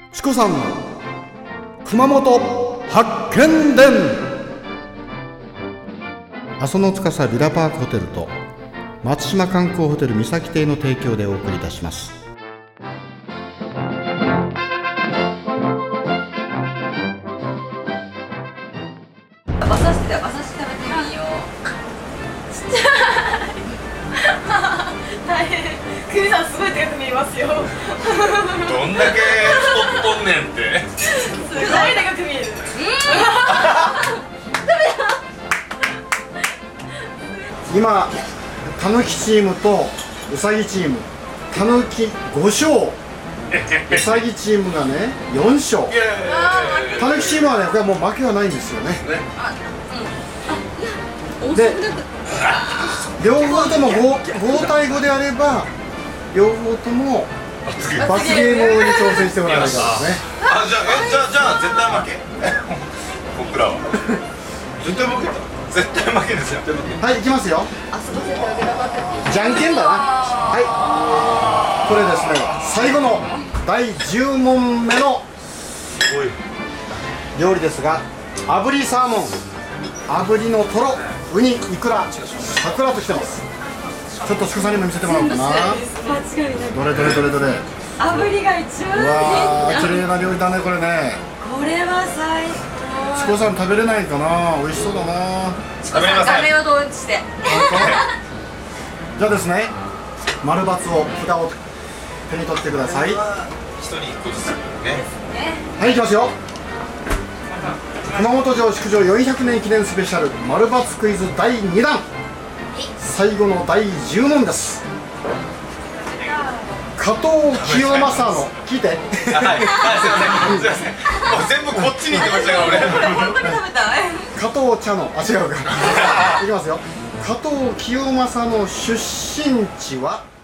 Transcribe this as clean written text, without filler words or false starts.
チコさんの熊本発見伝。阿蘇の司ビラパークホテルと松島観光ホテル三崎邸の提供でお送りいたします。 馬刺し食べてみよう。ちっちゃい。大変。クミさんすごい手が見えますよ。 どんだけ太っとんねんって。 すごい手が見える。 今たぬきチームとうさぎチーム、たぬき5勝、うさぎチームがね4勝。たぬきチームはねこれはもう負けはないんですよね。で両方とも 5対5であれば両方とも罰ゲームに挑戦してもらわないからね。 じゃあ絶対負け。僕らは絶対負けた。絶対負けですよ。 はい、いきますよ。 遊ばせてあげなかった。 じゃんけんだな。はい、これですね、最後の第10問目の料理ですが、炙りサーモン、炙りのトロ、ウニ、イクラ、桜ときてます。ちょっと祝さんにも見せてもらおうかな。 間違いない。 どれどれどれどれ。 炙りが一番うわー、綺麗いい。 な料理だねこれね。 これは最チコさん食べれないかな。美味しそうだな。 食べれません。 画面を同時して。 じゃあですね、丸×を札を手に取ってください。は一人一個ずつね。 い、いきますよ。熊本城築城400年記念スペシャル丸×クイズ第2弾、最後の第10問です。加藤清正の聞いて。 はい、すいません。もう全部こっちに行ってましたが俺。 これ本当に食べたい。 加藤茶の違うか。いきますよ。加藤清正の出身地は